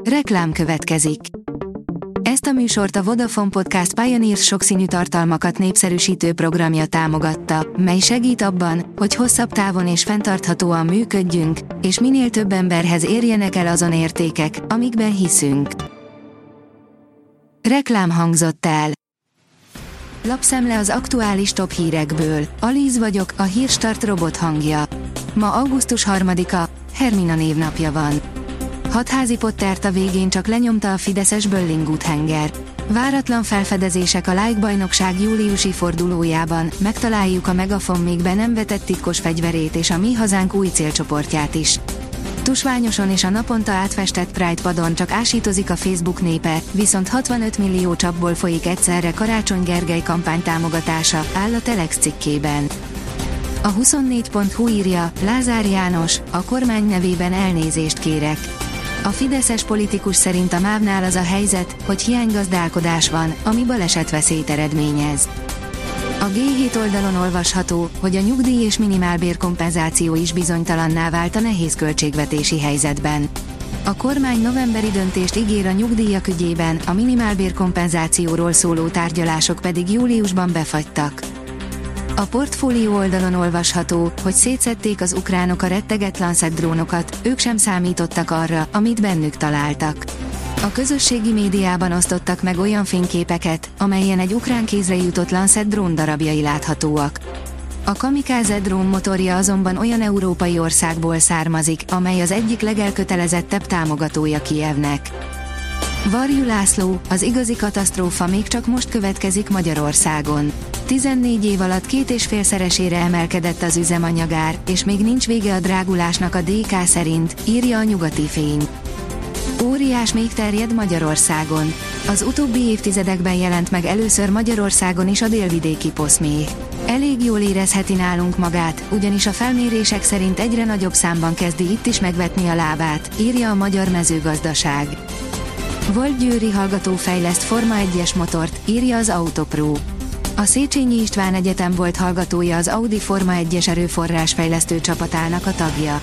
Reklám következik. Ezt a műsort a Vodafone Podcast Pioneers sokszínű tartalmakat népszerűsítő programja támogatta, mely segít abban, hogy hosszabb távon és fenntarthatóan működjünk, és minél több emberhez érjenek el azon értékek, amikben hiszünk. Reklám hangzott el. Lapszemle az aktuális top hírekből. Alíz vagyok, a Hírstart robot hangja. Ma augusztus 3-a, Hermina névnapja van. Hatházi Pottert a végén csak lenyomta a fideszes Bölling-úthenger. Váratlan felfedezések a Like-bajnokság júliusi fordulójában, megtaláljuk a Megafon még be nem vetett titkos fegyverét és a Mi Hazánk új célcsoportját is. Tusványoson és a naponta átfestett Pride padon csak ásítozik a Facebook népe, viszont 65 millió csapból folyik egyszerre Karácsony Gergely kampány támogatása, áll a Telex cikkében. A 24.hu írja, Lázár János, a kormány nevében elnézést kérek. A fideszes politikus szerint a MÁV-nál az a helyzet, hogy hiánygazdálkodás van, ami balesetveszélyt eredményez. A G7 oldalon olvasható, hogy a nyugdíj és minimálbérkompenzáció is bizonytalanná vált a nehéz költségvetési helyzetben. A kormány novemberi döntést ígér a nyugdíjak ügyében, a minimálbérkompenzációról szóló tárgyalások pedig júliusban befagytak. A Portfólió oldalon olvasható, hogy szétszedték az ukránok a rettegett Lancet drónokat, ők sem számítottak arra, amit bennük találtak. A közösségi médiában osztottak meg olyan fényképeket, amelyen egy ukrán kézre jutott Lancet drón darabjai láthatóak. A Kamikaze drón motorja azonban olyan európai országból származik, amely az egyik legelkötelezettebb támogatója Kijevnek. Varjú László, az igazi katasztrófa még csak most következik Magyarországon. 14 év alatt 2,5-szeresére emelkedett az üzemanyagár, és még nincs vége a drágulásnak a DK szerint, írja a Nyugati Fény. Óriás még terjed Magyarországon. Az utóbbi évtizedekben jelent meg először Magyarországon is a délvidéki poszméh. Elég jól érezheti nálunk magát, ugyanis a felmérések szerint egyre nagyobb számban kezdi itt is megvetni a lábát, írja a Magyar Mezőgazdaság. Volt győri hallgató fejleszt Forma 1-es motort, írja az Autopro. A Széchenyi István Egyetem volt hallgatója az Audi Forma 1-es erőforrásfejlesztő csapatának a tagja.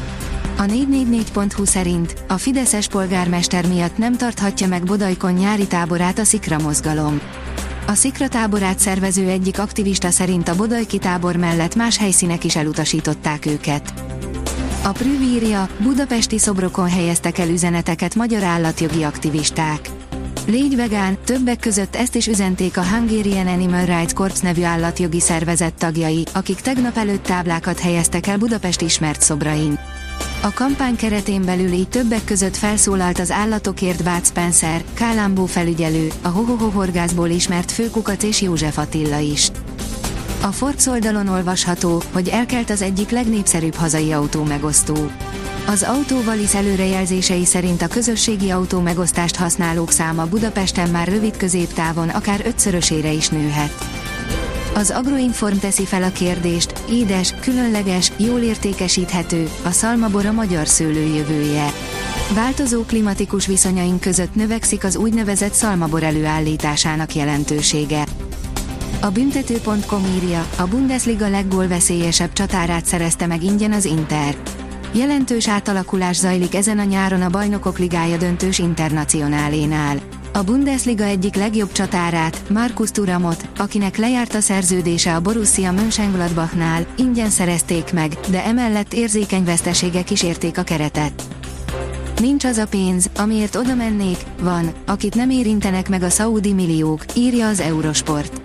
A 444.hu szerint a fideszes polgármester miatt nem tarthatja meg Bodajkon nyári táborát a Szikra mozgalom. A Szikra táborát szervező egyik aktivista szerint a bodajki tábor mellett más helyszínek is elutasították őket. A Prüv írja, budapesti szobrokon helyeztek el üzeneteket magyar állatjogi aktivisták. Légy vegán, többek között ezt is üzenték a Hungarian Animal Rights Corps nevű állatjogi szervezet tagjai, akik tegnap előtt táblákat helyeztek el Budapest ismert szobrain. A kampány keretén belül így többek között felszólalt az állatokért Bud Spencer, Kálambó felügyelő, a Hohoho horgászból ismert Főkukac és József Attila is. A Forbes oldalon olvasható, hogy elkelt az egyik legnépszerűbb hazai autómegosztó. Az Autóvalisz előrejelzései szerint a közösségi autómegosztást használók száma Budapesten már rövid középtávon akár 5-szörösére is nőhet. Az Agroinform teszi fel a kérdést, édes, különleges, jól értékesíthető, a szalmabor a magyar szőlő jövője. Változó klimatikus viszonyaink között növekszik az úgynevezett szalmabor előállításának jelentősége. A büntető.com írja, a Bundesliga leggólveszélyesebb csatárát szerezte meg ingyen az Inter. Jelentős átalakulás zajlik ezen a nyáron a Bajnokok Ligája döntős Internacionálénál. A Bundesliga egyik legjobb csatárát, Marcus Thuramot, akinek lejárt a szerződése a Borussia Mönchengladbachnál, ingyen szerezték meg, de emellett érzékeny veszteségek is érték a keretet. Nincs az a pénz, amiért oda mennék, van, akit nem érintenek meg a szaúdi milliók, írja az Eurosport.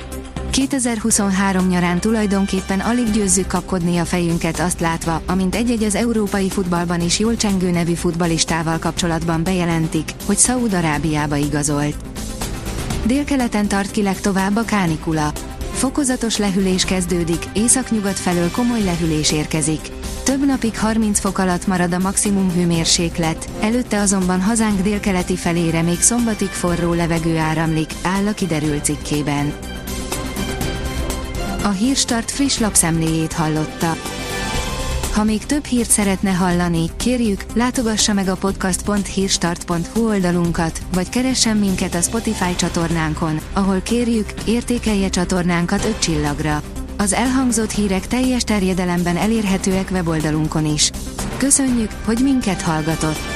2023 nyarán tulajdonképpen alig győzzük kapkodni a fejünket azt látva, amint egy-egy az európai futballban is jól csengő nevű futballistával kapcsolatban bejelentik, hogy Szaúd-Arábiába igazolt. Délkeleten tart ki legtovább a kánikula. Fokozatos lehűlés kezdődik, északnyugat felől komoly lehűlés érkezik. Több napig 30 fok alatt marad a maximum hőmérséklet, előtte azonban hazánk délkeleti felére még szombatig forró levegő áramlik, áll a Kiderült cikkében. A Hírstart friss lapszemléjét hallotta. Ha még több hírt szeretne hallani, kérjük, látogassa meg a podcast.hírstart.hu oldalunkat, vagy keressen minket a Spotify csatornánkon, ahol kérjük, értékelje csatornánkat 5 csillagra. Az elhangzott hírek teljes terjedelemben elérhetőek weboldalunkon is. Köszönjük, hogy minket hallgatott!